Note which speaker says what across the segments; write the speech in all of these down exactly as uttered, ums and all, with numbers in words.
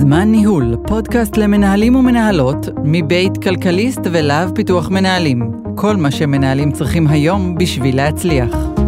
Speaker 1: זמן ניהול, פודקאסט למנהלים ומנהלות, מבית כלכליסט ולהב פיתוח מנהלים. כל מה שמנהלים צריכים היום בשביל להצליח.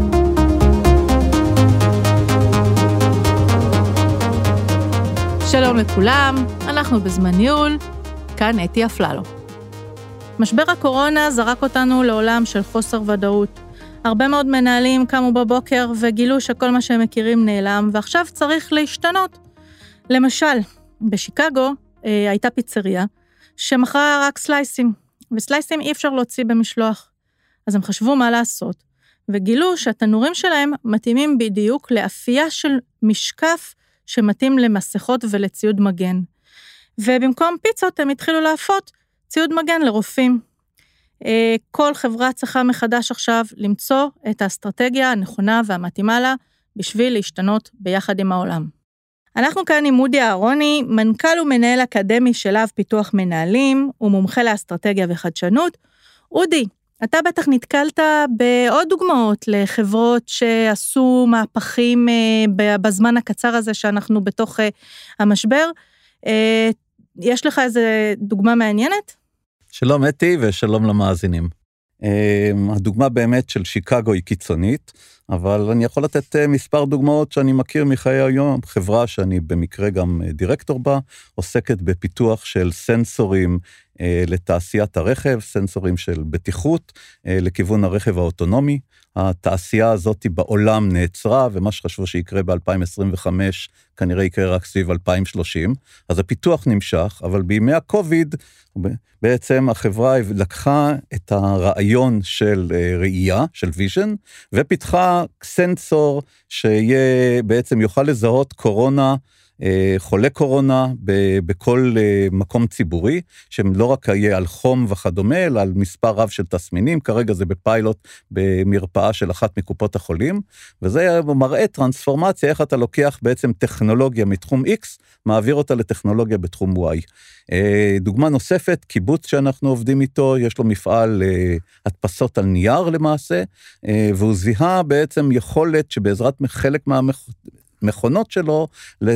Speaker 2: שלום לכולם, אנחנו בזמן ניהול, כאן אתי אפללו. משבר הקורונה זרק אותנו לעולם של חוסר ודאות. הרבה מאוד מנהלים קמו בבוקר וגילו שכל מה שהם מכירים נעלם, ועכשיו צריך להשתנות. למשל, בשיקגו אה, הייתה פיצריה שמכרה רק סלייסים, וסלייסים אי אפשר להוציא במשלוח. אז הם חשבו מה לעשות, וגילו שהתנורים שלהם מתאימים בדיוק לאפייה של משקף שמתאים למסכות ולציוד מגן. ובמקום פיצות הם התחילו להפות ציוד מגן לרופאים. אה, כל חברה צריכה מחדש עכשיו למצוא את האסטרטגיה הנכונה והמתאימה לה, בשביל להשתנות ביחד עם העולם. אנחנו כאן עם אודי אהרוני, מנכ"ל ומנהל אקדמי של להב פיתוח מנהלים, ומומחה לאסטרטגיה וחדשנות. אודי, אתה בטח נתקלת בעוד דוגמאות לחברות שעשו מהפכים בזמן הקצר הזה שאנחנו בתוך המשבר. יש לך איזה דוגמה מעניינת?
Speaker 3: שלום אתי ושלום למאזינים. הדוגמה באמת של שיקגו היא קיצונית, אבל אני יכול לתת מספר דוגמאות שאני מכיר מחיי היום. חברה שאני במקרה גם דירקטור בה, עוסקת בפיתוח של סנסורים לתעשיית הרכב, סנסורים של בטיחות לכיוון הרכב האוטונומי. התעשייה הזאת בעולם נעצרה, ומה שחשבו שיקרה ב-אלפיים עשרים וחמש כנראה יקרה רק סביב אלפיים ושלושים, אז הפיתוח נמשך, אבל בימי הקוביד בעצם החברה לקחה את הרעיון של ראייה, של ויז'ן, ופיתחה סנסור שיהיה בעצם יוכל לזהות קורונה, חולה קורונה בכל מקום ציבורי, שלא רק יהיה על חום וכדומה, אלא על מספר רב של תסמינים. כרגע זה בפיילוט במרפאה של אחת מקופות החולים, וזה מראה טרנספורמציה, איך אתה לוקח בעצם טכנולוגיה מתחום X, מעביר אותה לטכנולוגיה בתחום Y. דוגמה נוספת, קיבוץ שאנחנו עובדים איתו, יש לו מפעל הדפסות על נייר למעשה, והוא זיהה בעצם יכולת שבעזרת חלק מהמכ... מכונות שלו,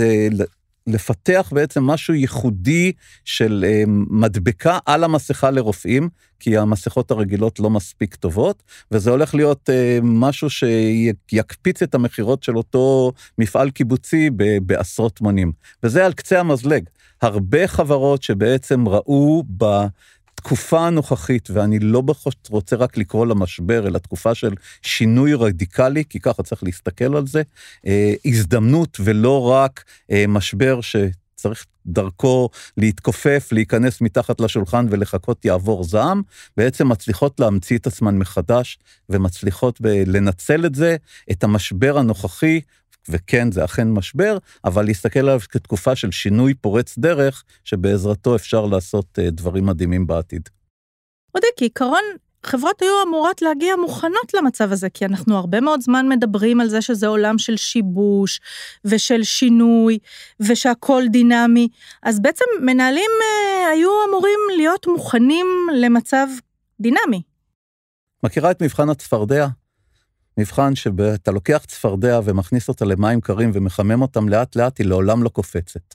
Speaker 3: לפתח בעצם משהו ייחודי של מדבקה על המסכה לרופאים, כי המסכות הרגילות לא מספיק טובות, וזה הולך להיות משהו שיקפיץ את המחירות של אותו מפעל קיבוצי בעשרות מונים. וזה על קצה המזלג. הרבה חברות שבעצם ראו ב... תקופה הנוכחית, ואני לא רוצה רק לקרוא למשבר, אלא תקופה של שינוי רדיקלי, כי ככה צריך להסתכל על זה, הזדמנות ולא רק משבר שצריך דרכו להתכופף, להיכנס מתחת לשולחן ולחכות יעבור זעם, בעצם מצליחות להמציא את עצמן מחדש, ומצליחות לנצל את זה, את המשבר הנוכחי, וכן, זה אכן משבר, אבל להסתכל עליו כתקופה של שינוי פורץ דרך, שבעזרתו אפשר לעשות דברים מדהימים בעתיד.
Speaker 2: עוד כעיקרון, חברות היו אמורות להגיע מוכנות למצב הזה, כי אנחנו הרבה מאוד זמן מדברים על זה שזה עולם של שיבוש, ושל שינוי, ושהכל דינמי, אז בעצם מנהלים היו אמורים להיות מוכנים למצב דינמי.
Speaker 3: מכירה את מבחן הצפרדע? מבחן שאתה לוקח צפרדע ומכניס אותה למים קרים ומחמם אותם לאט לאט, היא לעולם לא קופצת.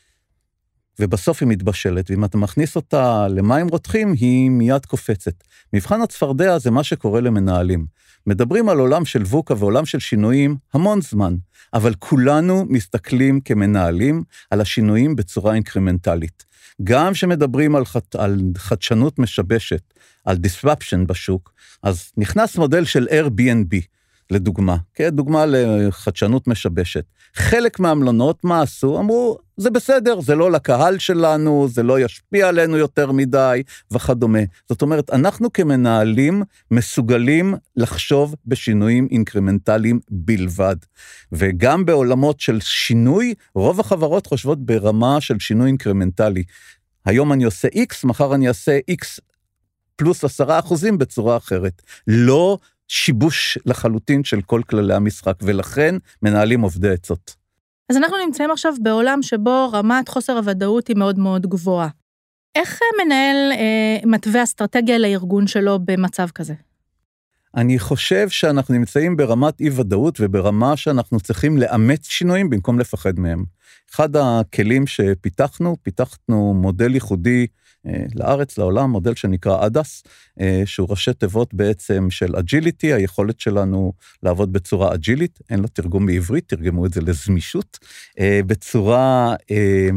Speaker 3: ובסוף היא מתבשלת, ואם אתה מכניס אותה למים רותחים, היא מיד קופצת. מבחן הצפרדע זה מה שקורה למנהלים. מדברים על עולם של ווקה ועולם של שינויים המון זמן, אבל כולנו מסתכלים כמנהלים על השינויים בצורה אינקרמנטלית. גם שמדברים על, חד, על חדשנות משבשת, על disruption בשוק, אז נכנס מודל של Airbnb, לדוגמה, כן, דוגמה לחדשנות משבשת. חלק מהמלונות מה עשו? אמרו, זה בסדר, זה לא לקהל שלנו, זה לא ישפיע עלינו יותר מדי, וכדומה. זאת אומרת, אנחנו כמנהלים מסוגלים לחשוב בשינויים אינקרמנטליים בלבד. וגם בעולמות של שינוי, רוב החברות חושבות ברמה של שינוי אינקרמנטלי. היום אני עושה X, מחר אני אעשה X פלוס עשרה אחוזים בצורה אחרת. לא שיבוש לחלוטין של כל כללי המשחק, ולכן מנהלים עובדי עצות.
Speaker 2: אז אנחנו נמצאים עכשיו בעולם שבו רמת חוסר הוודאות היא מאוד מאוד גבוהה. איך מנהל אה, מתווה אסטרטגיה לארגון שלו במצב כזה?
Speaker 3: אני חושב שאנחנו נמצאים ברמת אי ודאות, וברמה שאנחנו צריכים לאמץ שינויים במקום לפחד מהם. אחד הכלים שפיתחנו, פיתחנו מודל ייחודי אה, לארץ, לעולם, מודל שנקרא אדס, אה, שהוא ראשי תיבות בעצם של אג'יליטי, היכולת שלנו לעבוד בצורה אג'ילית, אין לה תרגום בעברית, תרגמו את זה לזמישות, אה, בצורה אה,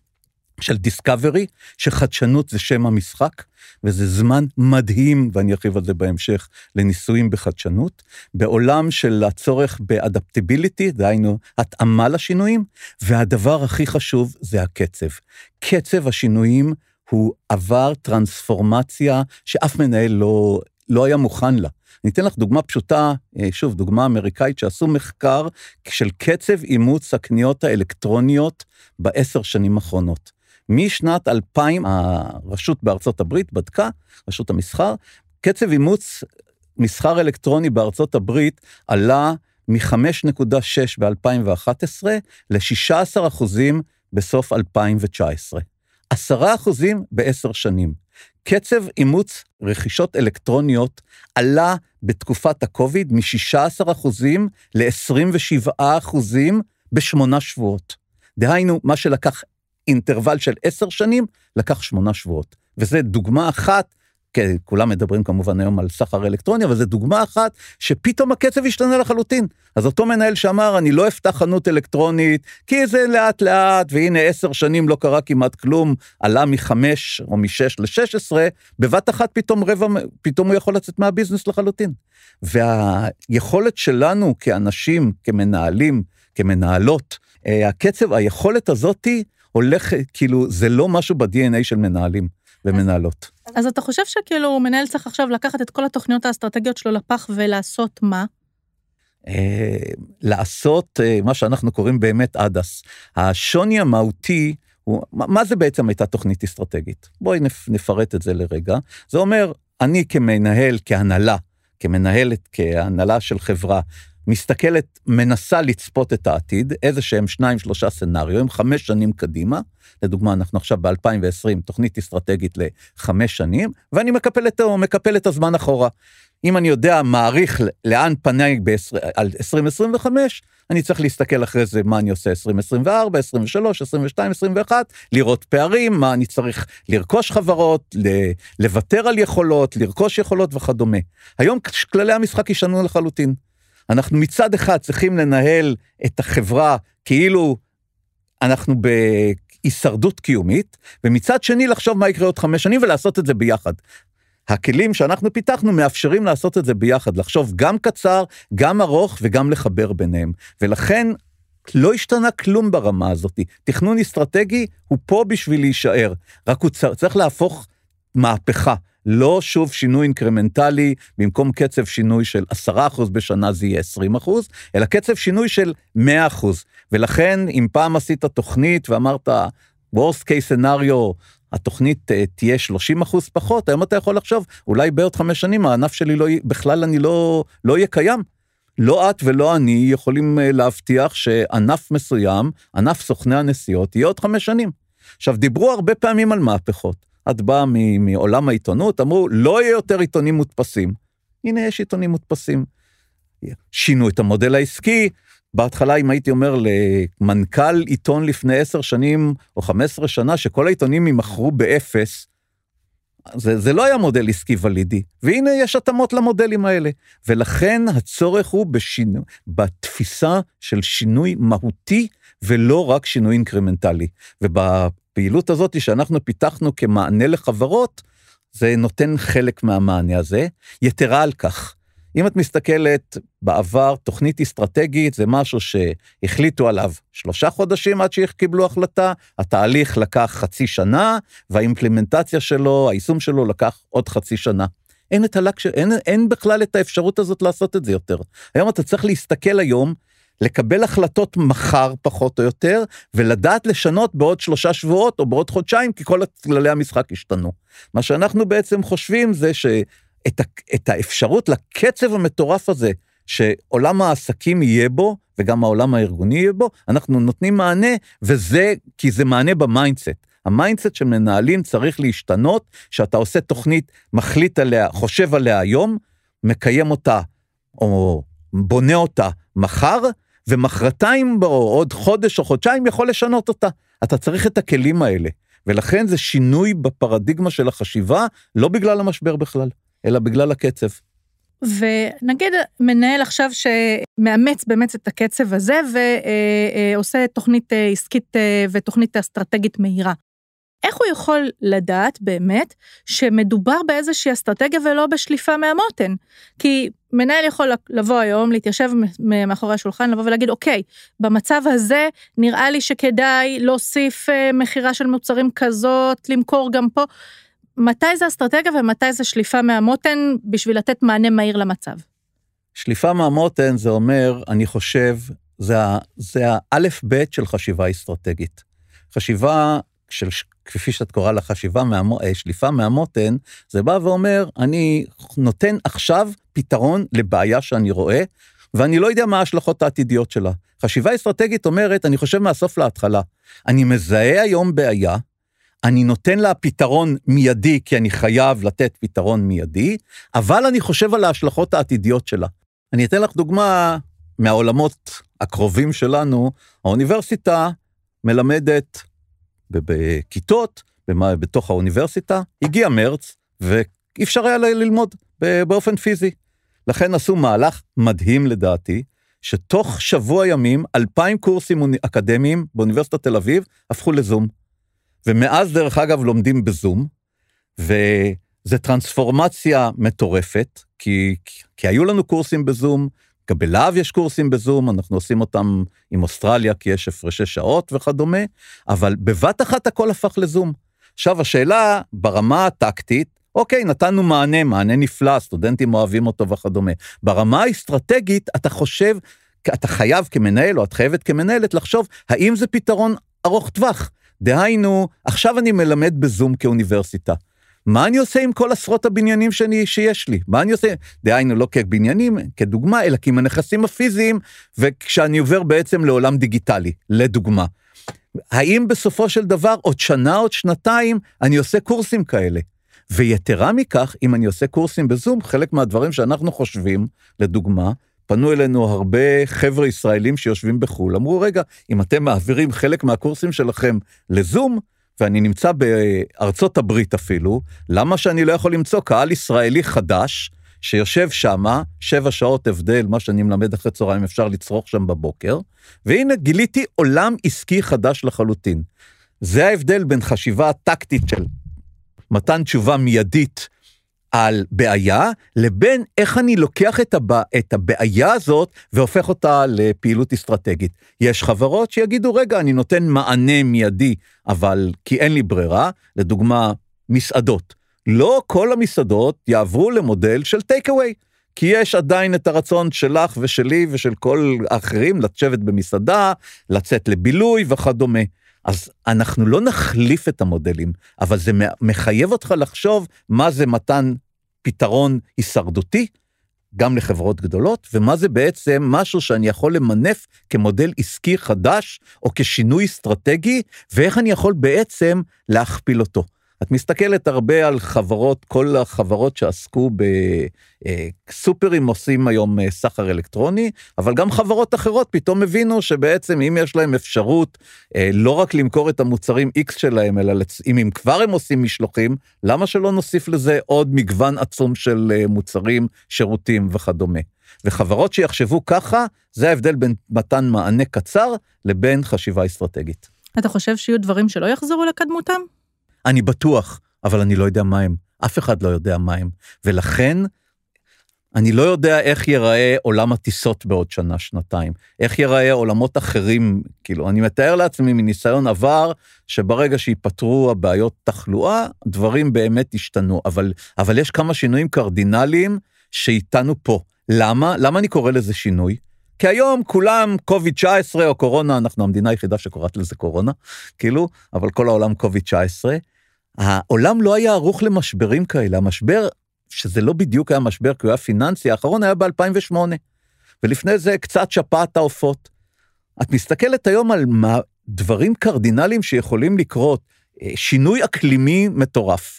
Speaker 3: של דיסקאברי, שחדשנות זה שם המשחק, וזה זמן מדהים, ואני ארחיב על זה בהמשך, לניסויים בחדשנות, בעולם של הצורך באדפטיביליטי, דהיינו, התאמה לשינויים, והדבר הכי חשוב זה הקצב. קצב השינויים הוא עבר טרנספורמציה שאף מנהל לא, לא היה מוכן לה. אני אתן לך דוגמה פשוטה, שוב, דוגמה אמריקאית, שעשו מחקר של קצב אימוץ הקניות האלקטרוניות בעשר שנים האחרונות. משנת אלפיים, הרשות בארצות הברית בדקה, רשות המסחר, קצב אימוץ מסחר אלקטרוני בארצות הברית עלה מ-חמש נקודה שש ב-אלפיים ואחת עשרה ל-שישה עשר אחוזים בסוף אלפיים תשע עשרה. עשרה אחוזים בעשר שנים. קצב אימוץ רכישות אלקטרוניות עלה בתקופת הקוביד מ-שישה עשר אחוזים ל-עשרים ושבעה אחוזים בשמונה שבועות. דהיינו, מה שלקח אינטרוול של עשר שנים, לקח שמונה שבועות. וזה דוגמה אחת, כי כולם מדברים כמובן היום על סחר אלקטרוני, אבל זה דוגמה אחת שפתאום הקצב השתנה לחלוטין. אז אותו מנהל שאמר, אני לא אפתח חנות אלקטרונית, כי זה לאט לאט, והנה עשר שנים לא קרה כמעט כלום, עלה מחמש או משש לשש עשרה, בבת אחת פתאום רבע, פתאום הוא יכול לצאת מהביזנס לחלוטין. והיכולת שלנו כאנשים, כמנהלים, כמנהלות, הקצב, היכולת הזאת הולך, כאילו, זה לא משהו ב-די אן איי של מנהלים ומנהלות.
Speaker 2: אז אתה חושב שכאילו מנהל צריך עכשיו לקחת את כל התוכניות האסטרטגיות שלו לפח ולעשות מה?
Speaker 3: לעשות מה שאנחנו קוראים באמת אדס. השוני המהותי, מה זה בעצם הייתה תוכנית אסטרטגית? בואי נפרט את זה לרגע. זה אומר, אני כמנהל, כהנהלה, כמנהלת, כהנהלה של חברה, מסתכלת, מנסה לצפות את העתיד, איזה שהם שניים, שלושה סנריו, חמש שנים קדימה, לדוגמה, אנחנו עכשיו ב-אלפיים ועשרים, תוכנית אסטרטגית לחמש שנים, ואני מקפל את, מקפל את הזמן אחורה. אם אני יודע, מעריך לאן פניי על עשרים עשרים וחמש, אני צריך להסתכל אחרי זה, מה אני עושה עשרים עשרים וארבע, עשרים ושלוש, עשרים ושתיים, עשרים ואחת, לראות פערים, מה אני צריך לרכוש חברות, לוותר על יכולות, לרכוש יכולות וכדומה. היום כללי המשחק ישנו לחלוטין. אנחנו מצד אחד צריכים לנהל את החברה כאילו אנחנו בהישרדות קיומית, ומצד שני לחשוב מה יקרה עוד חמש שנים ולעשות את זה ביחד. הכלים שאנחנו פיתחנו מאפשרים לעשות את זה ביחד, לחשוב גם קצר, גם ארוך וגם לחבר ביניהם. ולכן לא השתנה כלום ברמה הזאת. תכנון אסטרטגי הוא פה בשביל להישאר, רק הוא צריך להפוך מהפכה. לא שוב שינוי אינקרמנטלי, במקום קצב שינוי של עשרה אחוז בשנה זה יהיה עשרים אחוז, אלא קצב שינוי של מאה אחוז. ולכן, אם פעם עשית תוכנית ואמרת, worst case scenario, התוכנית תהיה שלושים אחוז פחות, היום אתה יכול לחשוב, אולי בעוד חמש שנים, הענף שלי לא, בכלל אני לא, לא יהיה קיים. לא את ולא אני יכולים להבטיח שענף מסוים, ענף סוכני הנסיעות, יהיה עוד חמש שנים. עכשיו, דיברו הרבה פעמים על מהפכות. את באה מעולם העיתונות, אמרו, לא יהיה יותר עיתונים מודפסים. הנה, יש עיתונים מודפסים. שינו את המודל העסקי, בהתחלה, אם הייתי אומר למנכ"ל עיתון לפני עשר שנים, או חמש עשרה שנה, שכל העיתונים ימכרו באפס, זה, זה לא היה מודל עסקי ולידי, והנה יש התאמות למודלים האלה, ולכן הצורך הוא בשינו, בתפיסה של שינוי מהותי, ולא רק שינוי אינקרמנטלי, ובפעילות הזאת שאנחנו פיתחנו כמענה לחברות, זה נותן חלק מהמענה הזה, יתרה על כך, אם את מסתכלת בעבר, תוכנית אסטרטגית, זה משהו שהחליטו עליו שלושה חודשים עד שקיבלו החלטה, התהליך לקח חצי שנה, והאימפלמנטציה שלו, היישום שלו לקח עוד חצי שנה. אין, את הלק... אין, אין בכלל את האפשרות הזאת לעשות את זה יותר. היום אתה צריך להסתכל היום, לקבל החלטות מחר פחות או יותר, ולדעת לשנות בעוד שלושה שבועות או בעוד חודשיים, כי כל כללי המשחק השתנו. מה שאנחנו בעצם חושבים זה ש... את, ה, את האפשרות לקצב המטורף הזה, שעולם העסקים יהיה בו, וגם העולם הארגוני יהיה בו, אנחנו נותנים מענה, וזה, כי זה מענה במיינדסט. המיינדסט שמנהלים צריך להשתנות, שאתה עושה תוכנית, מחליט עליה, חושב עליה היום, מקיים אותה, או בונה אותה מחר, ומחרתיים או עוד חודש או חודשיים יכול לשנות אותה. אתה צריך את הכלים האלה, ולכן זה שינוי בפרדיגמה של החשיבה, לא בגלל המשבר בכלל, אלא בגלל הקצב.
Speaker 2: ונגיד מנהל עכשיו שמאמץ באמת את הקצב הזה, ועושה תוכנית עסקית ותוכנית אסטרטגית מהירה. איך הוא יכול לדעת באמת שמדובר באיזושהי אסטרטגיה ולא בשליפה מהמותן? כי מנהל יכול לבוא היום, להתיישב מאחורי השולחן, לבוא ולהגיד, אוקיי, במצב הזה נראה לי שכדאי להוסיף מחירה של מוצרים כזאת, למכור גם פה. מתי זה אסטרטגיה ומתי זה שליפה מהמותן בשביל לתת מענה מהיר למצב?
Speaker 3: שליפה מהמותן זה אומר, אני חושב, זה, זה האלף בית של חשיבה אסטרטגית. חשיבה של, כפי שאת קוראה לה, חשיבה מהמו, שליפה מהמותן, זה בא ואומר, אני נותן עכשיו פתרון לבעיה שאני רואה, ואני לא יודע מה ההשלכות העתידיות שלה. חשיבה אסטרטגית אומרת, אני חושב מהסוף להתחלה, אני מזהה היום בעיה, אני נותן לה פתרון מיידי, כי אני חייב לתת פתרון מיידי, אבל אני חושב על ההשלכות העתידיות שלה. אני אתן לך דוגמה מהעולמות הקרובים שלנו, האוניברסיטה מלמדת בכיתות, בתוך האוניברסיטה, הגיע מרץ, ואי אפשר היה ללמוד באופן פיזי. לכן עשו מהלך מדהים לדעתי, שתוך שבוע ימים, אלפיים קורסים אקדמיים באוניברסיטת תל אביב, הפכו לזום. ומאז דרך אגב לומדים בזום, וזה טרנספורמציה מטורפת, כי, כי היו לנו קורסים בזום, גם בלהב יש קורסים בזום, אנחנו עושים אותם עם אוסטרליה, כי יש הפרשי שעות וכדומה, אבל בבת אחת הכל הפך לזום. עכשיו השאלה ברמה הטקטית, אוקיי, נתנו מענה, מענה נפלא, סטודנטים אוהבים אותו וכדומה. ברמה האסטרטגית, אתה חושב, אתה חייב כמנהל, או את חייבת כמנהלת, לחשוב, האם זה פתרון ארוך טווח? דהיינו, עכשיו אני מלמד בזום כאוניברסיטה. מה אני עושה עם כל עשרות הבניינים שאני, שיש לי? מה אני עושה? דהיינו, לא כבניינים, כדוגמה, אלא עם הנכסים הפיזיים, וכשאני עובר בעצם לעולם דיגיטלי, לדוגמה. האם בסופו של דבר, עוד שנה, עוד שנתיים, אני עושה קורסים כאלה? ויתרה מכך, אם אני עושה קורסים בזום, חלק מהדברים שאנחנו חושבים, לדוגמה, פנו אלינו הרבה חבר'ה ישראלים שיושבים בחול, אמרו, רגע, אם אתם מעבירים חלק מהקורסים שלכם לזום, ואני נמצא בארצות הברית אפילו, למה שאני לא יכול למצוא קהל ישראלי חדש, שיושב שם, שבע שעות הבדל, מה שאני מלמד אחרי צהריים, אפשר לצרוך שם בבוקר, והנה גיליתי עולם עסקי חדש לחלוטין. זה ההבדל בין חשיבה טקטית של מתן תשובה מיידית, על בעיה, לבין איך אני לוקח את, הבע... את הבעיה הזאת, והופך אותה לפעילות אסטרטגית. יש חברות שיגידו, רגע, אני נותן מענה מיידי, אבל כי אין לי ברירה, לדוגמה, מסעדות. לא כל המסעדות יעברו למודל של טייק אווי, כי יש עדיין את הרצון שלך ושלי ושל כל האחרים, לשבת במסעדה, לצאת לבילוי וכדומה. אז אנחנו לא נחליף את המודלים, אבל זה מחייב אותך לחשוב מה זה מתן פתרון הישרדותי, גם לחברות גדולות, ומה זה בעצם משהו שאני יכול למנף כמודל עסקי חדש, או כשינוי אסטרטגי, ואיך אני יכול בעצם להכפיל אותו. את מסתכלת הרבה על חברות, כל החברות שעסקו בסופרים עושים היום סחר אלקטרוני, אבל גם חברות אחרות פתאום הבינו שבעצם אם יש להם אפשרות לא רק למכור את המוצרים X שלהם, אלא אם הם כבר הם עושים משלוחים, למה שלא נוסיף לזה עוד מגוון עצום של מוצרים, שירותים וכדומה. וחברות שיחשבו ככה, זה ההבדל בין מתן מענה קצר לבין חשיבה אסטרטגית.
Speaker 2: אתה חושב שיהיו דברים שלא יחזרו לקדמותם?
Speaker 3: אני בטוח, אבל אני לא יודע מה הם. אף אחד לא יודע מה הם. ולכן, אני לא יודע איך ייראה עולם הטיסות בעוד שנה, שנתיים. איך ייראה עולמות אחרים. כאילו, אני מתאר לעצמי מניסיון עבר, שברגע שיפתרו הבעיות תחלואה, דברים באמת ישתנו. אבל, אבל יש כמה שינויים קרדינליים שאיתנו פה. למה? למה אני קורא לזה שינוי? כי היום כולם קוביד תשע עשרה או קורונה, אנחנו המדינה היחידה שקוראת לזה קורונה, כאילו, אבל כל העולם קוביד תשע עשרה, העולם לא היה ערוך למשברים כאלה, המשבר, שזה לא בדיוק היה משבר, כי הוא היה פיננסי, האחרון היה ב-אלפיים ושמונה, ולפני זה קצת שפעת העופות. את מסתכלת היום על מה, דברים קרדינליים שיכולים לקרות, שינוי אקלימי מטורף,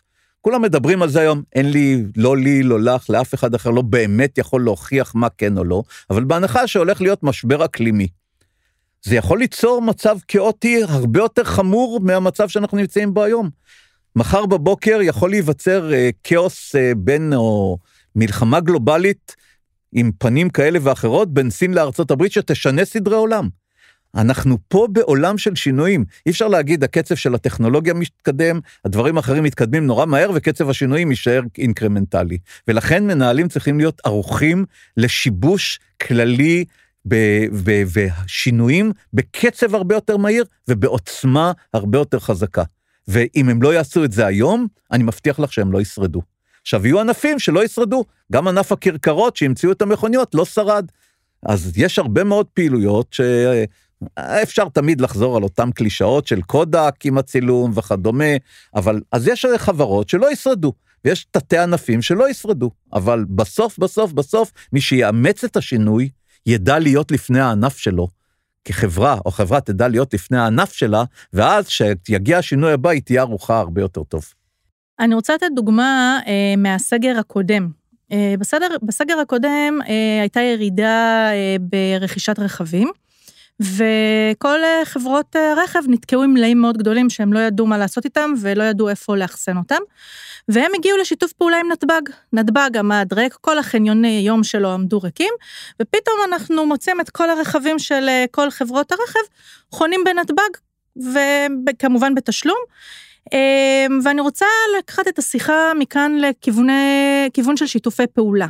Speaker 3: כולם מדברים על זה היום, אין לי, לא לי, לא לך, לאף אחד אחר, לא באמת יכול להוכיח מה כן או לא, אבל בהנחה שהולך להיות משבר אקלימי, זה יכול ליצור מצב כאוטי הרבה יותר חמור מהמצב שאנחנו נמצאים בו היום. מחר בבוקר יכול להיווצר אה, כאוס אה, בין, או מלחמה גלובלית, עם פנים כאלה ואחרות, בין סין לארצות הברית, שתשנה סדרי עולם. אנחנו פה בעולם של שינויים, אי אפשר להגיד, הקצב של הטכנולוגיה מתקדם, הדברים האחרים מתקדמים נורא מהר, וקצב השינויים יישאר אינקרמנטלי. ולכן מנהלים צריכים להיות ערוכים לשיבוש כללי, ושינויים בקצב הרבה יותר מהיר, ובעוצמה הרבה יותר חזקה. ואם הם לא יעשו את זה היום, אני מבטיח לך שהם לא ישרדו. עכשיו, יהיו ענפים שלא ישרדו, גם ענף הקרקרות שהמציאו את המכוניות לא שרד. אז יש הרבה מאוד פעילויות שאפשר תמיד לחזור על אותם קלישאות של קודק עם הצילום וכדומה, אבל אז יש חברות שלא ישרדו, ויש תתי ענפים שלא ישרדו, אבל בסוף, בסוף, בסוף, מי שיאמץ את השינוי, ידע להיות לפני הענף שלו, כחברה, או חברה תדע להיות לפני הענף שלה, ואז שיגיע השינוי הבא, היא תהיה ערוכה הרבה יותר טוב.
Speaker 2: אני רוצה לתת דוגמה אה, מהסגר הקודם. אה, בסדר, בסגר הקודם אה, הייתה ירידה אה, ברכישת רכבים, וכל אה, חברות אה, רכב נתקעו עם מלאים מאוד גדולים, שהם לא ידעו מה לעשות איתם, ולא ידעו איפה לאחסן אותם, והם הגיעו לשיתוף פעולה עם נתב"ג. נתב"ג עמד ריק, כל החניוני יום שלו עמדו ריקים, ופתאום אנחנו מוצאים את כל הרכבים של אה, כל חברות הרכב, חונים בנתב"ג, וכמובן בתשלום, ואני רוצה לקחת את השיחה מכאן לכיוון של שיתופי פעולה.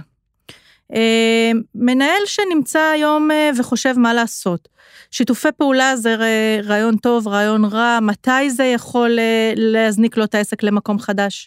Speaker 2: מנהל שנמצא היום וחושב מה לעשות. שיתופי פעולה זה רעיון טוב, רעיון רע, מתי זה יכול להזניק לו את העסק למקום חדש?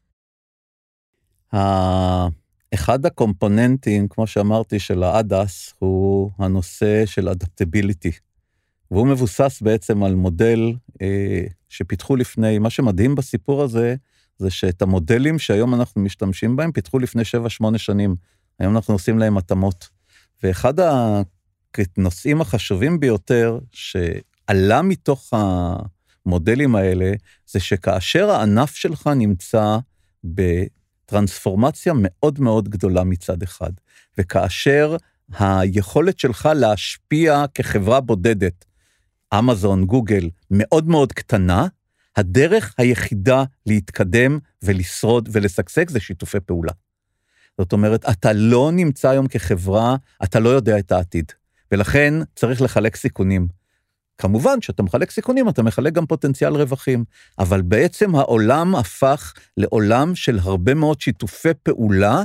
Speaker 3: אחד הקומפוננטים, כמו שאמרתי, של האדס, הוא הנושא של אדפטביליטי. והוא מבוסס בעצם על מודל אה, שפיתחו לפני, מה שמדהים בסיפור הזה, זה שאת המודלים שהיום אנחנו משתמשים בהם, פיתחו לפני שבע שמונה שנים, היום אנחנו עושים להם התאמות. ואחד הנושאים החשובים ביותר, שעלה מתוך המודלים האלה, זה שכאשר הענף שלך נמצא בטרנספורמציה מאוד מאוד גדולה מצד אחד, וכאשר היכולת שלך להשפיע כחברה בודדת, אמזון, גוגל, מאוד מאוד קטנה, הדרך היחידה להתקדם ולשרוד ולסגסג זה שיתופי פעולה. זאת אומרת, אתה לא נמצא היום כחברה, אתה לא יודע את העתיד, ולכן צריך לחלק סיכונים. כמובן, שאתה מחלק סיכונים, אתה מחלק גם פוטנציאל רווחים, אבל בעצם העולם הפך לעולם של הרבה מאוד שיתופי פעולה,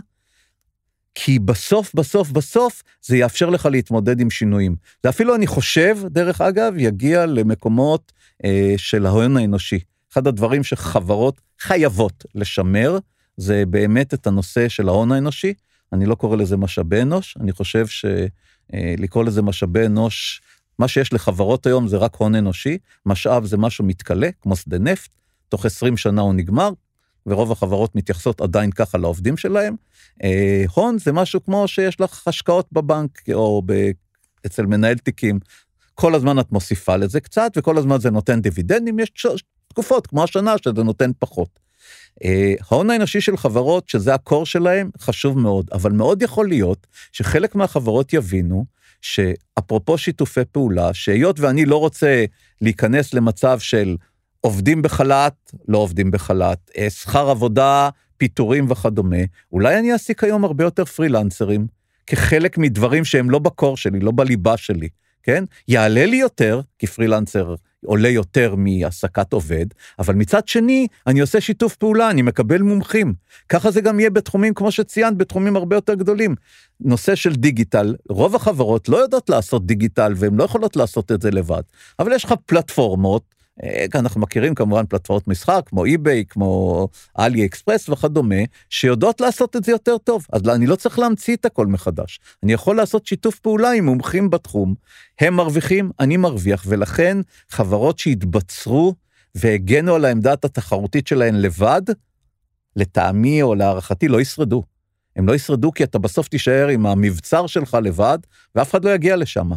Speaker 3: כי בסוף, בסוף, בסוף, זה יאפשר לך להתמודד עם שינויים. זה אפילו, אני חושב, דרך אגב, יגיע למקומות אה, של ההון האנושי. אחד הדברים שחברות חייבות לשמר, זה באמת את הנושא של ההון האנושי. אני לא קורא לזה משאבי אנוש, אני חושב שלקרוא לזה משאבי אנוש, מה שיש לחברות היום זה רק הון אנושי, משאב זה משהו מתקלה, כמו שדה נפט, תוך עשרים שנה הוא נגמר, ורוב החברות מתייחסות עדיין ככה לעובדים שלהם. אה, הון זה משהו כמו שיש לך השקעות בבנק, או ב, אצל מנהל תיקים, כל הזמן את מוסיפה לזה קצת, וכל הזמן זה נותן דיבידנדים, יש תקופות כמו השנה שזה נותן פחות. אה, ההון האנושי של חברות, שזה הקור שלהם, חשוב מאוד, אבל מאוד יכול להיות שחלק מהחברות יבינו, שאפרופו שיתופי פעולה, שהיות ואני לא רוצה להיכנס למצב של עובדים בחל"ת, לא עובדים בחל"ת, שכר עבודה, פיטורים וכדומה, אולי אני אעסיק היום הרבה יותר פרילנסרים, כחלק מדברים שהם לא בקור שלי, לא בליבה שלי, כן? יעלה לי יותר, כי פרילנסר עולה יותר מהעסקת עובד, אבל מצד שני, אני עושה שיתוף פעולה, אני מקבל מומחים. ככה זה גם יהיה בתחומים, כמו שציינת, בתחומים הרבה יותר גדולים. נושא של דיגיטל, רוב החברות לא יודעות לעשות דיגיטל, והן לא יכולות לעשות את זה לבד. אבל יש לך פלטפורמות, אנחנו מכירים כמובן פלטפורמות משחק, כמו eBay, כמו אלי אקספרס וכדומה, שיודעות לעשות את זה יותר טוב. אז אני לא צריך להמציא את הכל מחדש. אני יכול לעשות שיתוף פעולה עם מומחים בתחום. הם מרוויחים, אני מרוויח, ולכן חברות שהתבצרו והגנו על העמדת התחרותית שלהן לבד, לטעמי או להערכתי לא ישרדו. הם לא ישרדו כי אתה בסוף תישאר עם המבצר שלך לבד, ואף אחד לא יגיע לשם.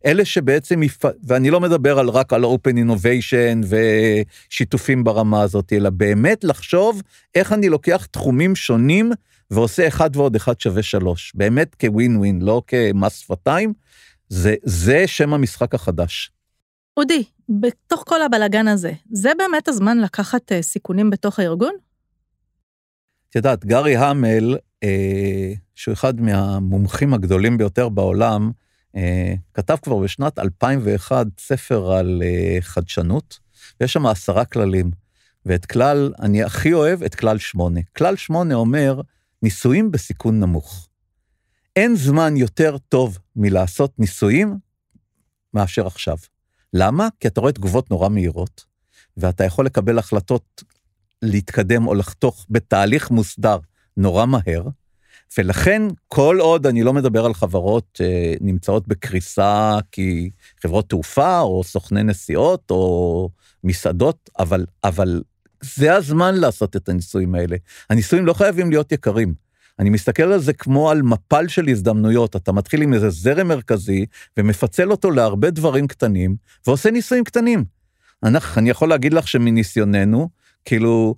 Speaker 3: אלה שבעצם, ואני לא מדבר על רק על open innovation ושיתופים ברמה הזאת, אלא באמת לחשוב איך אני לוקח תחומים שונים, ועושה אחד ועוד אחד שווה שלוש, באמת כווין ווין, לא כמס שפתיים, זה, זה שם המשחק החדש.
Speaker 2: אודי, בתוך כל הבלגן הזה, זה באמת הזמן לקחת uh, סיכונים בתוך הארגון?
Speaker 3: את יודעת, גארי המל, אה, שהוא אחד מהמומחים הגדולים ביותר בעולם, אה, כתב כבר בשנת אלפיים ואחת ספר על אה, חדשנות, ויש שם עשרה כללים, ואת כלל, אני הכי אוהב את כלל שמונה. כלל שמונה אומר, ניסויים בסיכון נמוך. אין זמן יותר טוב מלעשות ניסויים מאשר עכשיו. למה? כי אתה רואה תגובות נורא מהירות, ואתה יכול לקבל החלטות להתקדם או לחתוך בתהליך מוסדר נורא מהר, ולכן כל עוד אני לא מדבר על חברות שנמצאות בקריסה, כי חברות תעופה או סוכני נסיעות או מסעדות, אבל, אבל זה הזמן לעשות את הניסויים האלה. הניסויים לא חייבים להיות יקרים. אני מסתכל על זה כמו על מפל של הזדמנויות, אתה מתחיל עם איזה זרם מרכזי, ומפצל אותו להרבה דברים קטנים, ועושה ניסויים קטנים. אני, אני יכול להגיד לך שמניסיוננו, כאילו,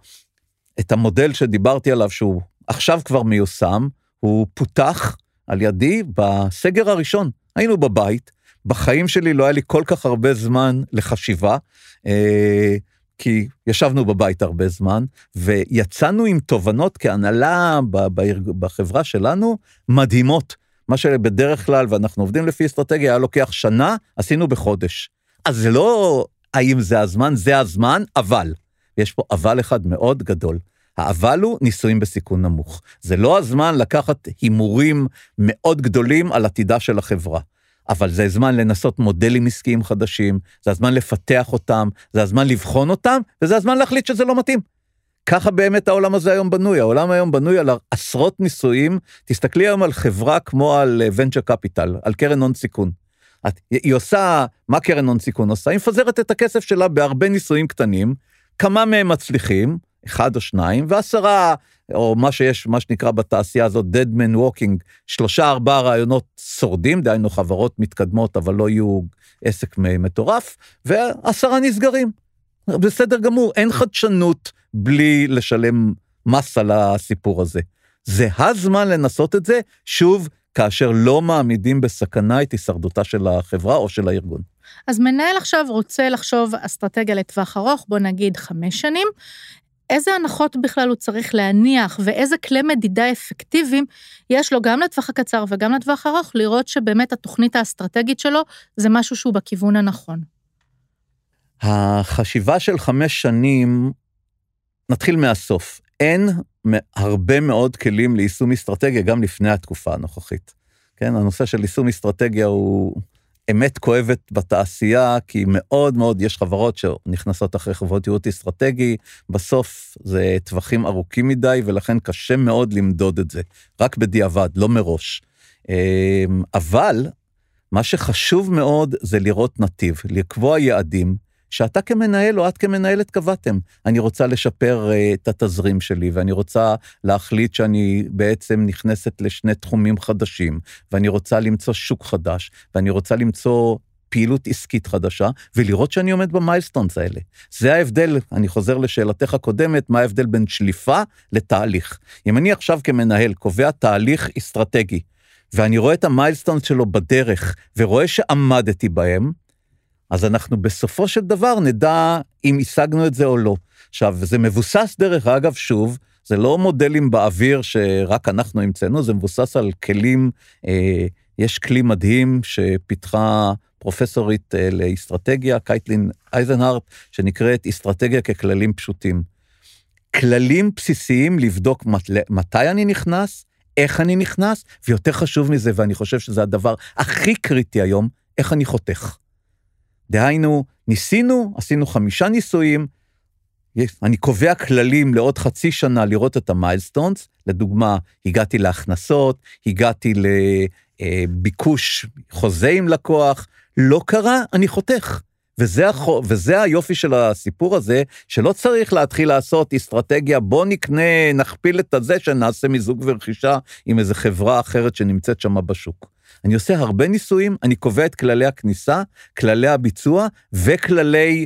Speaker 3: את המודל שדיברתי עליו, שהוא עכשיו כבר מיושם, הוא פותח על ידי בסגר הראשון. היינו בבית, בחיים שלי לא היה לי כל כך הרבה זמן לחשיבה, אה, כי ישבנו בבית הרבה זמן, ויצאנו עם תובנות כהנהלה בחברה שלנו, מדהימות. מה שבדרך כלל, ואנחנו עובדים לפי אסטרטגיה, היה לוקח שנה, עשינו בחודש. אז זה לא האם זה הזמן, זה הזמן, אבל. יש פה אבל אחד מאוד גדול. האבל הוא ניסויים בסיכון נמוך. זה לא הזמן לקחת הימורים מאוד גדולים על עתידה של החברה. אבל זה הזמן לנסות מודלים עסקיים חדשים, זה הזמן לפתח אותם, זה הזמן לבחון אותם, וזה הזמן להחליט שזה לא מתאים. ככה באמת העולם הזה היום בנוי, העולם היום בנוי על עשרות ניסויים, תסתכלי היום על חברה כמו על venture capital, על קרן הון סיכון. היא עושה, מה קרן הון סיכון עושה? היא מפזרת את הכסף שלה בהרבה ניסויים קטנים, כמה מהם מצליחים, אחד או שניים, ועשרה, או מה שיש, מה שנקרא בתעשייה הזאת, dead man walking, שלושה, ארבעה רעיונות שורדים, דהיינו חברות מתקדמות, אבל לא יהיו עסק מטורף, ועשרה נסגרים. בסדר גמור, אין חדשנות בלי לשלם מס על הסיפור הזה. זה הזמן לנסות את זה, שוב, כאשר לא מעמידים בסכנה את הישרדותה של החברה או של הארגון.
Speaker 2: אז מנהל עכשיו רוצה לחשוב אסטרטגיה לטווח ארוך, בוא נגיד חמש שנים, איזה הנחות בכלל הוא צריך להניח, ואיזה כלי מדידה אפקטיביים יש לו גם לטווח הקצר וגם לטווח ארוך, לראות שבאמת התוכנית האסטרטגית שלו, זה משהו שהוא בכיוון הנכון.
Speaker 3: החשיבה של חמש שנים, נתחיל מהסוף. אין הרבה מאוד כלים ליישום אסטרטגיה, גם לפני התקופה הנוכחית. כן, הנושא של יישום אסטרטגיה הוא אמת כואבת בתעשייה, כי מאוד מאוד יש חברות שנכנסות אחרי חברות ייעוץ אסטרטגי, בסוף זה טווחים ארוכים מדי, ולכן קשה מאוד למדוד את זה, רק בדיעבד, לא מראש. אבל מה שחשוב מאוד זה לראות נתיב, לקבוע יעדים, שאתה כמנהל או את כמנהלת קבעתם. אני רוצה לשפר uh, את התזרים שלי, ואני רוצה להחליט שאני בעצם נכנסת לשני תחומים חדשים, ואני רוצה למצוא שוק חדש, ואני רוצה למצוא פעילות עסקית חדשה, ולראות שאני עומד במיילסטונס האלה. זה ההבדל, אני חוזר לשאלתך הקודמת, מה ההבדל בין שליפה לתהליך. אם אני עכשיו כמנהל קובע תהליך אסטרטגי, ואני רואה את המיילסטונס שלו בדרך, ורואה שעמדתי בהם, אז אנחנו בסופו של דבר נדע אם השגנו את זה או לא. עכשיו, זה מבוסס דרך אגב, שוב, זה לא מודלים באוויר שרק אנחנו המצאנו, זה מבוסס על כלים, אה, יש כלי מדהים שפיתחה פרופסורית אה, לאסטרטגיה, קייטלין אייזנהארט, שנקראת אסטרטגיה ככללים פשוטים. כללים בסיסיים לבדוק מת, מתי אני נכנס, איך אני נכנס, ויותר חשוב מזה, ואני חושב שזה הדבר הכי קריטי היום, איך אני חותך. דהיינו, ניסינו, עשינו חמישה ניסויים, אני קובע כללים לעוד חצי שנה לראות את המיילסטונס, לדוגמה, הגעתי להכנסות, הגעתי לביקוש חוזה עם לקוח, לא קרה, אני חותך. וזה, וזה היופי של הסיפור הזה, שלא צריך להתחיל לעשות אסטרטגיה, בוא נקנה, נכפיל את הזה, שנעשה מיזוג ורכישה עם איזו חברה אחרת שנמצאת שם בשוק. אני עושה הרבה ניסויים, אני קובע את כללי הכניסה, כללי הביצוע, וכללי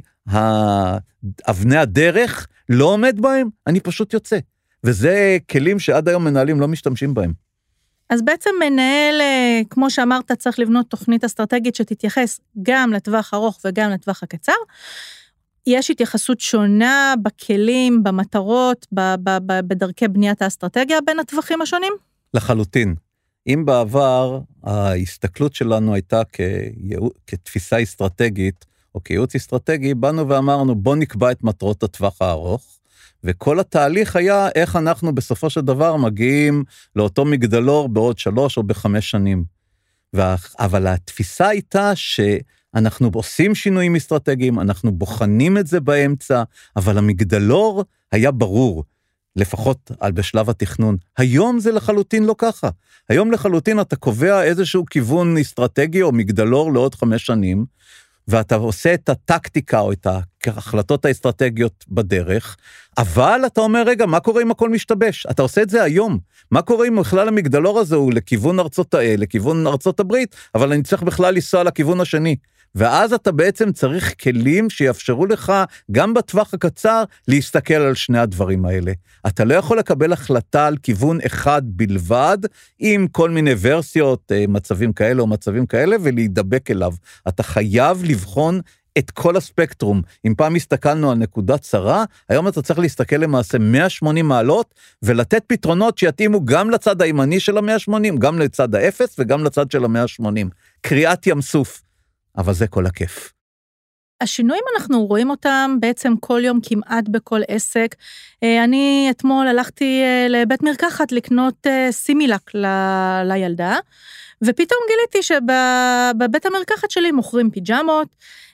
Speaker 3: אבני הדרך, לא עומד בהם, אני פשוט יוצא. וזה כלים שעד היום מנהלים לא משתמשים בהם.
Speaker 2: אז בעצם מנהל, כמו שאמרת, צריך לבנות תוכנית אסטרטגית שתתייחס גם לטווח ארוך וגם לטווח הקצר. יש התייחסות שונה בכלים, במטרות, בדרכי בניית האסטרטגיה בין הטווחים השונים?
Speaker 3: לחלוטין. אם בעבר ההסתכלות שלנו הייתה כתפיסה אסטרטגית, או כייעוץ אסטרטגי, באנו ואמרנו, בוא נקבע את מטרות הטווח הארוך, וכל התהליך היה איך אנחנו בסופו של דבר מגיעים לאותו מגדלור בעוד שלוש או בחמש שנים. אבל התפיסה הייתה שאנחנו עושים שינויים אסטרטגיים, אנחנו בוחנים את זה באמצע, אבל המגדלור היה ברור, לפחות על בשלב התכנון. היום זה לחלוטין לא ככה. היום לחלוטין אתה קובע איזשהו כיוון אסטרטגי או מגדלור לעוד חמש שנים, ואתה עושה את הטקטיקה או את ההחלטות האסטרטגיות בדרך, אבל אתה אומר, רגע, מה קורה אם הכל משתבש? אתה עושה את זה היום. מה קורה אם בכלל המגדלור הזה הוא לכיוון ארצות, לכיוון ארצות הברית, אבל אני צריך בכלל לנסוע לכיוון השני. ואז אתה בעצם צריך כלים שיאפשרו לך, גם בטווח הקצר, להסתכל על שני הדברים האלה. אתה לא יכול לקבל החלטה על כיוון אחד בלבד, עם כל מיני ורסיות, מצבים כאלה או מצבים כאלה, ולהידבק אליו. אתה חייב לבחון את כל הספקטרום. אם פעם הסתכלנו על נקודת צרה, היום אתה צריך להסתכל למעשה מאה ושמונים מעלות, ולתת פתרונות שיתאימו גם לצד הימני של ה-מאה ושמונים, גם לצד האפס וגם לצד של ה-מאה ושמונים. קריאת ים סוף. אבל זה כל הכיף.
Speaker 2: השינויים אנחנו רואים אותם בעצם כל יום כמעט בכל עסק. אני אתמול הלכתי לבית מרקחת לקנות סימילק ל- לילדה, ופתאום גיליתי שבבית המרקחת שלי מוכרים פיג'מות,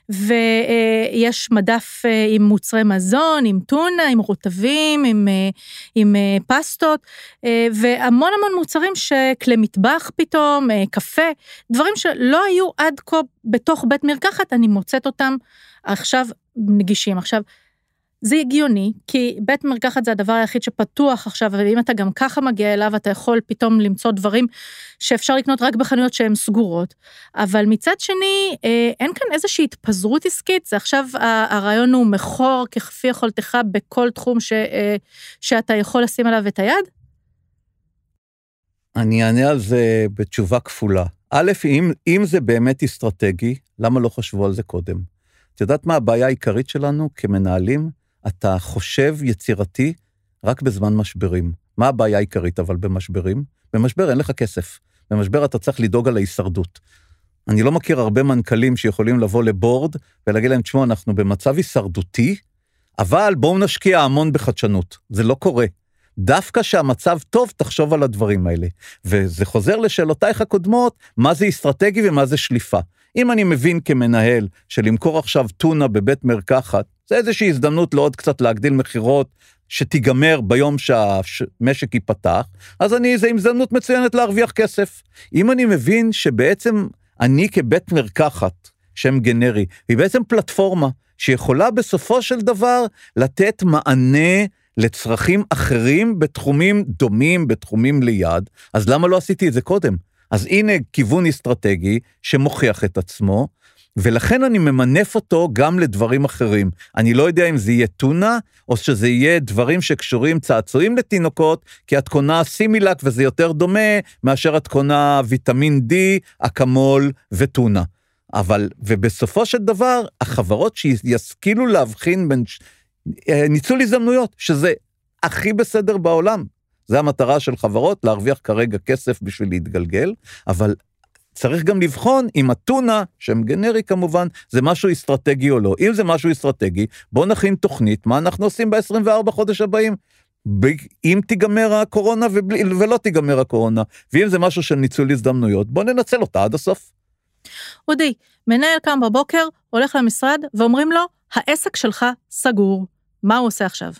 Speaker 2: ויש מדף עם מוצרי מזון, עם טונה, עם רוטבים, עם, עם פסטות, והמון המון מוצרים שכלי מטבח פתאום, קפה, דברים שלא היו עד כה בתוך בית מרקחת, אני מוצאת אותם עכשיו נגישים. עכשיו, זה הגיוני, כי בית מרקחת זה הדבר היחיד שפתוח עכשיו, ואם אתה גם ככה מגיע אליו, אתה יכול פתאום למצוא דברים שאפשר לקנות רק בחנויות שהן סגורות, אבל מצד שני, אין כאן איזושהי התפזרות עסקית, זה עכשיו הרעיון הוא מחור ככפי יכולתך בכל תחום ש, שאתה יכול לשים עליו את היד?
Speaker 3: אני אענה על זה בתשובה כפולה. א', אם, אם זה באמת אסטרטגי, למה לא חשבו על זה קודם? את יודעת מה הבעיה העיקרית שלנו כמנהלים? אתה חושב יצירתי רק בזמן משברים. מה הבעיה העיקרית אבל במשברים? במשבר אין לך כסף. במשבר אתה צריך לדאוג על ההישרדות. אני לא מכיר הרבה מנכ"לים שיכולים לבוא לבורד ולהגיד להם, תשמעו, אנחנו במצב הישרדותי, אבל בואו נשקיע המון בחדשנות. זה לא קורה. דווקא שהמצב טוב, תחשוב על הדברים האלה. וזה חוזר לשאלותייך הקודמות, מה זה אסטרטגי ומה זה שליפה. אם אני מבין כמנהל שלמכור עכשיו טונה בבית מרקחת, זה איזושהי הזדמנות לעוד קצת להגדיל מחירות, שתיגמר ביום שהמשק ייפתח, אז אני, זה הזדמנות מצוינת להרוויח כסף. אם אני מבין שבעצם אני כבית מרקחת, שם גנרי, היא בעצם פלטפורמה, שיכולה בסופו של דבר לתת מענה לצרכים אחרים בתחומים דומים, בתחומים ליד, אז למה לא עשיתי את זה קודם? אז הנה כיוון אסטרטגי שמוכיח את עצמו, ולכן אני ממנף אותו גם לדברים אחרים. אני לא יודע אם זה יהיה טונה, או שזה יהיה דברים שקשורים צעצועים לתינוקות, כי את קונה סימילק וזה יותר דומה, מאשר את קונה ויטמין D, אקמול וטונה. אבל, ובסופו של דבר, החברות שישכילו להבחין בין ניצול הזדמנויות, שזה הכי בסדר בעולם. זה המטרה של חברות, להרוויח כרגע כסף בשביל להתגלגל, אבל צריך גם לבחון אם הטונה, שם גנרי כמובן, זה משהו אסטרטגי או לא. אם זה משהו אסטרטגי, בוא נכין תוכנית, מה אנחנו עושים ב-עשרים וארבעה חודש הבאים? אם תיגמר הקורונה ולא תיגמר הקורונה, ואם זה משהו של ניצול הזדמנויות, בוא ננצל אותה עד הסוף.
Speaker 2: אודי, מנהל קם בבוקר, הולך למשרד, ואומרים לו, העסק שלך סגור. מה הוא עושה עכשיו?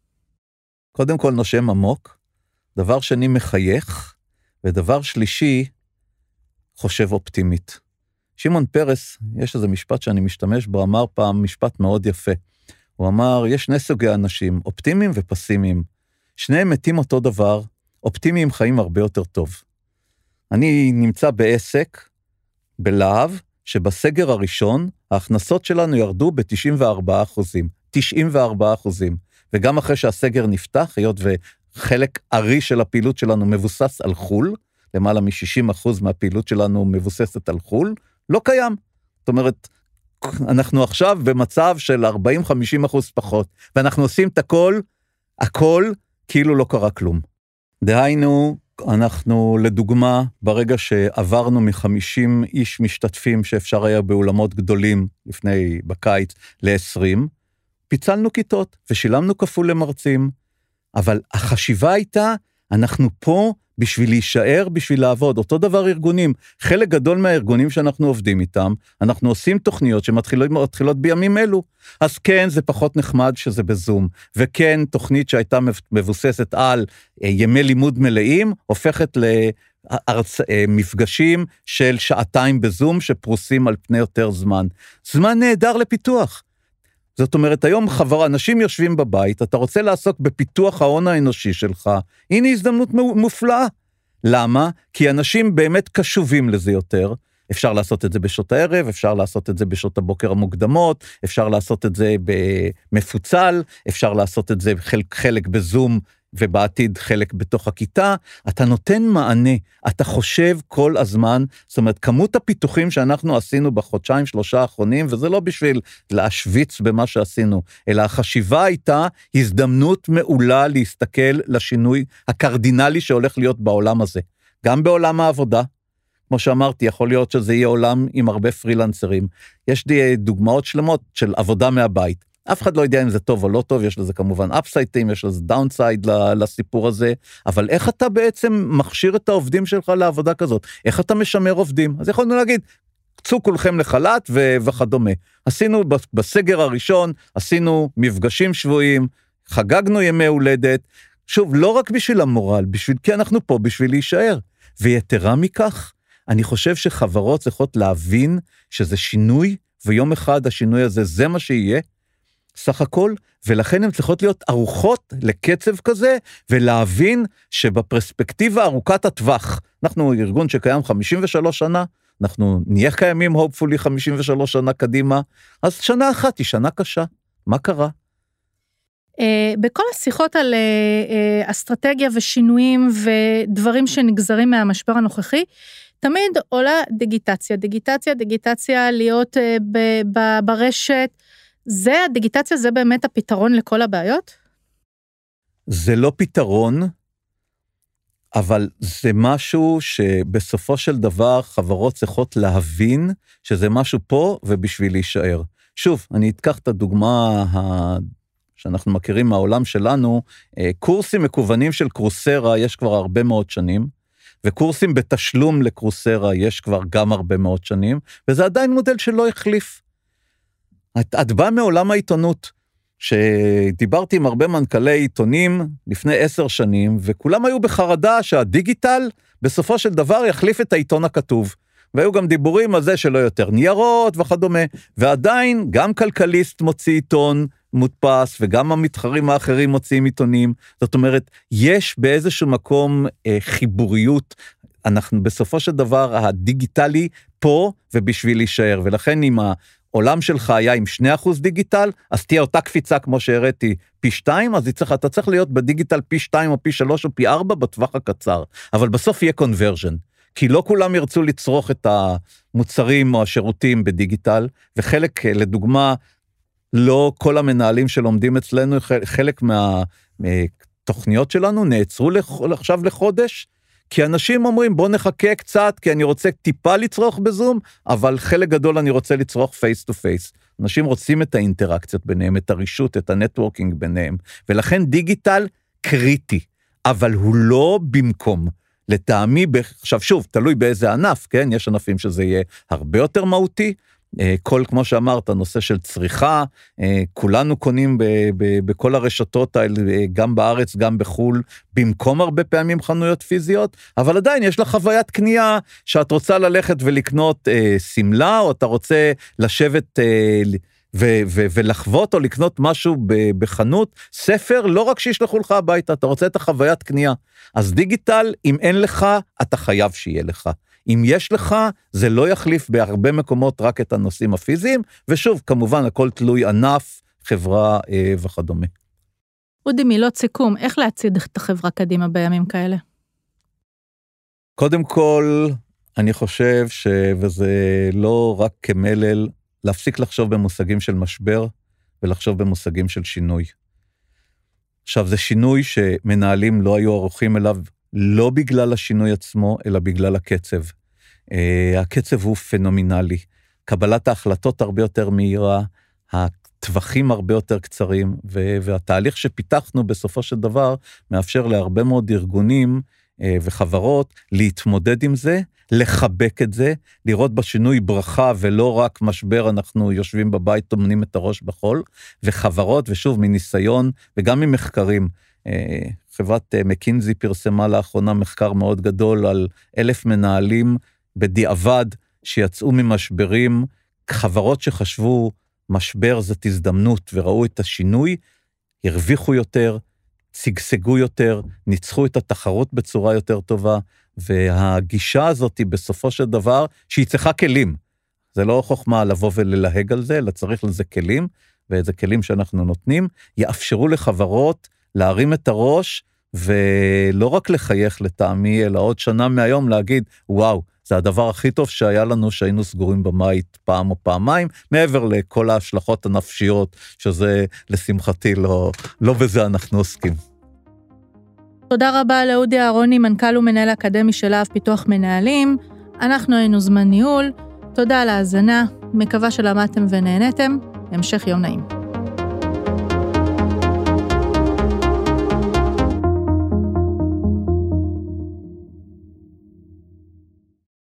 Speaker 3: קודם כל נושם עמוק, דבר שני מחייך, ודבר שלישי, חושב אופטימית. שמעון פרס, יש איזה משפט שאני משתמש בו, אמר פעם משפט מאוד יפה. הוא אמר, יש שני סוגי אנשים, אופטימיים ופסימיים. שניהם מתים אותו דבר, אופטימיים חיים הרבה יותר טוב. אני נמצא בעסק, בלהב, שבסגר הראשון, ההכנסות שלנו ירדו ב-תשעים וארבעה אחוזים. תשעים וארבעה אחוזים. וגם אחרי שהסגר נפתח, היות וחלק ארי של הפעילות שלנו מבוסס על חול, למעלה מ-שישים אחוז מהפעילות שלנו מבוססת על חול, לא קיים. זאת אומרת, אנחנו עכשיו במצב של ארבעים חמישים אחוז פחות, ואנחנו עושים את הכל, הכל כאילו לא קרה כלום. דהיינו, אנחנו לדוגמה, ברגע שעברנו מ-חמישים איש משתתפים שאפשר היה באולמות גדולים לפני בקיץ ל-עשרים, פיצלנו כיתות ושילמנו כפול למרצים, אבל החשיבה הייתה, אנחנו פה בשביל להישאר, בשביל לעבוד. אותו דבר ארגונים, חלק גדול מהארגונים שאנחנו עובדים איתם, אנחנו עושים תוכניות שמתחילות מתחילות בימים אלו. אז כן, זה פחות נחמד שזה בזום, וכן, תוכנית שהייתה מבוססת על ימי לימוד מלאים, הופכת למפגשים של שעתיים בזום, שפרוסים על פני יותר זמן. זמן נהדר לפיתוח. זאת אומרת, היום חברה, אנשים יושבים בבית, אתה רוצה לעסוק בפיתוח ההון האנושי שלך, הנה הזדמנות מופלאה. למה? כי אנשים באמת קשובים לזה יותר, אפשר לעשות את זה בשעות הערב, אפשר לעשות את זה בשעות הבוקר המוקדמות, אפשר לעשות את זה במפוצל, אפשר לעשות את זה חלק, חלק בזום, ובעתיד חלק בתוך הכיתה, אתה נותן מענה, אתה חושב כל הזמן, זאת אומרת, כמות הפיתוחים שאנחנו עשינו בחודשיים שלושה האחרונים, וזה לא בשביל להשוויץ במה שעשינו, אלא החשיבה הייתה הזדמנות מעולה להסתכל לשינוי הקרדינלי שהולך להיות בעולם הזה, גם בעולם העבודה, כמו שאמרתי, יכול להיות שזה יהיה עולם עם הרבה פרילנסרים, יש לי דוגמאות שלמות של עבודה מהבית, אף אחד לא יודע אם זה טוב או לא טוב, יש לזה כמובן אפסייטים, יש לזה דאונסייד לסיפור הזה, אבל איך אתה בעצם מכשיר את העובדים שלך לעבודה כזאת? איך אתה משמר עובדים? אז יכולנו להגיד, קצו כולכם לחל"ת וכדומה. עשינו בסגר הראשון, עשינו מפגשים שבועים, חגגנו ימי הולדת, שוב, לא רק בשביל המורל, בשביל, כי אנחנו פה בשביל להישאר. ויתרה מכך, אני חושב שחברות צריכות להבין שזה שינוי, ויום אחד השינוי הזה זה מה שיהיה, סך הכל, ולכן הן צריכות להיות ארוחות לקצב כזה, ולהבין שבפרספקטיבה ארוכת הטווח, אנחנו ארגון שקיים חמישים ושלוש שנה, אנחנו נהיה קיימים hopefully חמישים ושלוש שנה קדימה, אז שנה אחת היא שנה קשה, מה קרה?
Speaker 2: בכל השיחות על אסטרטגיה ושינויים ודברים שנגזרים מהמשבר הנוכחי, תמיד עולה דיגיטציה, דיגיטציה, דיגיטציה, להיות ברשת, זה, הדיגיטציה זה באמת הפתרון לכל הבעיות?
Speaker 3: זה לא פתרון, אבל זה משהו שבסופו של דבר חברות צריכות להבין שזה משהו פה ובשביל להישאר. שוב, אני אתקח את הדוגמה שאנחנו מכירים מהעולם שלנו, קורסים מקוונים של קורסרה יש כבר הרבה מאוד שנים, וקורסים בתשלום לקורסרה יש כבר גם הרבה מאוד שנים, וזה עדיין מודל שלא החליף. את, את באה מעולם העיתונות, שדיברתי עם הרבה מנכ"לי עיתונים לפני עשר שנים, וכולם היו בחרדה שהדיגיטל בסופו של דבר יחליף את העיתון הכתוב, והיו גם דיבורים על זה שלא יותר ניירות וכדומה, ועדיין גם כלכליסט מוציא עיתון מודפס, וגם המתחרים האחרים מוציאים עיתונים, זאת אומרת, יש באיזשהו מקום אה, חיבוריות, אנחנו בסופו של דבר הדיגיטלי פה ובשביל להישאר, ולכן אם העולם שלך היה עם שני אחוז דיגיטל, אז תהיה אותה קפיצה כמו שהראיתי פי שתיים, אז צריך, אתה צריך להיות בדיגיטל פי שתיים או פי שלוש או פי ארבע בטווח הקצר, אבל בסוף יהיה קונברז'ן, כי לא כולם ירצו לצרוך את המוצרים או השירותים בדיגיטל, וחלק, לדוגמה, לא כל המנהלים שלומדים אצלנו, חלק מהתוכניות שלנו נעצרו עכשיו לחודש, כי אנשים אומרים, בוא נחכה קצת, כי אני רוצה טיפה לצרוך בזום, אבל חלק גדול אני רוצה לצרוך פייס טו פייס. אנשים רוצים את האינטראקציות ביניהם, את הרישות, את הנטוורקינג ביניהם, ולכן דיגיטל קריטי, אבל הוא לא במקום. לטעמי, עכשיו שוב, תלוי באיזה ענף, כן? יש ענפים שזה יהיה הרבה יותר מהותי, כל, כמו שאמרת, הנושא של צריכה, כולנו קונים ב, ב, בכל הרשתות האלה, גם בארץ, גם בחול, במקום הרבה פעמים חנויות פיזיות, אבל עדיין יש לך חוויית קנייה, שאת רוצה ללכת ולקנות אה, סמלה, או אתה רוצה לשבת, אה, ו- ו- ולחוות או לקנות משהו ב- בחנות, ספר, לא רק שישלחו לך הביתה, אתה רוצה את החוויית קנייה. אז דיגיטל, אם אין לך, אתה חייב שיהיה לך. אם יש לך, זה לא יחליף בהרבה מקומות רק את הנושאים הפיזיים, ושוב, כמובן, הכל תלוי ענף, חברה אה, וכדומה.
Speaker 2: אודי, מילות סיכום, איך להציד את החברה קדימה בימים כאלה?
Speaker 3: קודם כל, אני חושב ש... וזה לא רק כמלל, להפסיק לחשוב במושגים של משבר, ולחשוב במושגים של שינוי. עכשיו, זה שינוי שמנהלים לא היו ערוכים אליו, לא בגלל השינוי עצמו, אלא בגלל הקצב. הקצב הוא פנומנלי. קבלת ההחלטות הרבה יותר מהירה, הטווחים הרבה יותר קצרים, והתהליך שפיתחנו בסופו של דבר, מאפשר להרבה מאוד ארגונים וחברות להתמודד עם זה, לחבק את זה, לראות בשינוי ברכה ולא רק משבר, אנחנו יושבים בבית, תומנים את הראש בחול, וחברות, ושוב, מניסיון, וגם ממחקרים, חברת מקינזי פרסמה לאחרונה מחקר מאוד גדול על אלף מנהלים בדיעבד שיצאו ממשברים, חברות שחשבו משבר זאת הזדמנות וראו את השינוי, הרוויחו יותר, צגשגו יותר, ניצחו את התחרות בצורה יותר טובה, והגישה הזאת היא בסופו של דבר שהיא צריכה כלים. זה לא חוכמה לבוא וללהג על זה, אלא צריך לזה כלים, ואיזה כלים שאנחנו נותנים, יאפשרו לחברות להרים את הראש, ולא רק לחייך לטעמי, אלא עוד שנה מהיום להגיד, וואו, זה הדבר הכי טוב שהיה לנו שהיינו סגורים בבית פעם או פעמיים, מעבר לכל ההשלכות הנפשיות, שזה לשמחתי לא, לא בזה אנחנו עוסקים.
Speaker 2: תודה רבה לאודי אהרוני, מנכ"ל ומנהל האקדמי של להב פיתוח מנהלים. אנחנו היינו זמן ניהול. תודה על ההאזנה, מקווה שלמדתם ונהנתם. המשך יום נעים.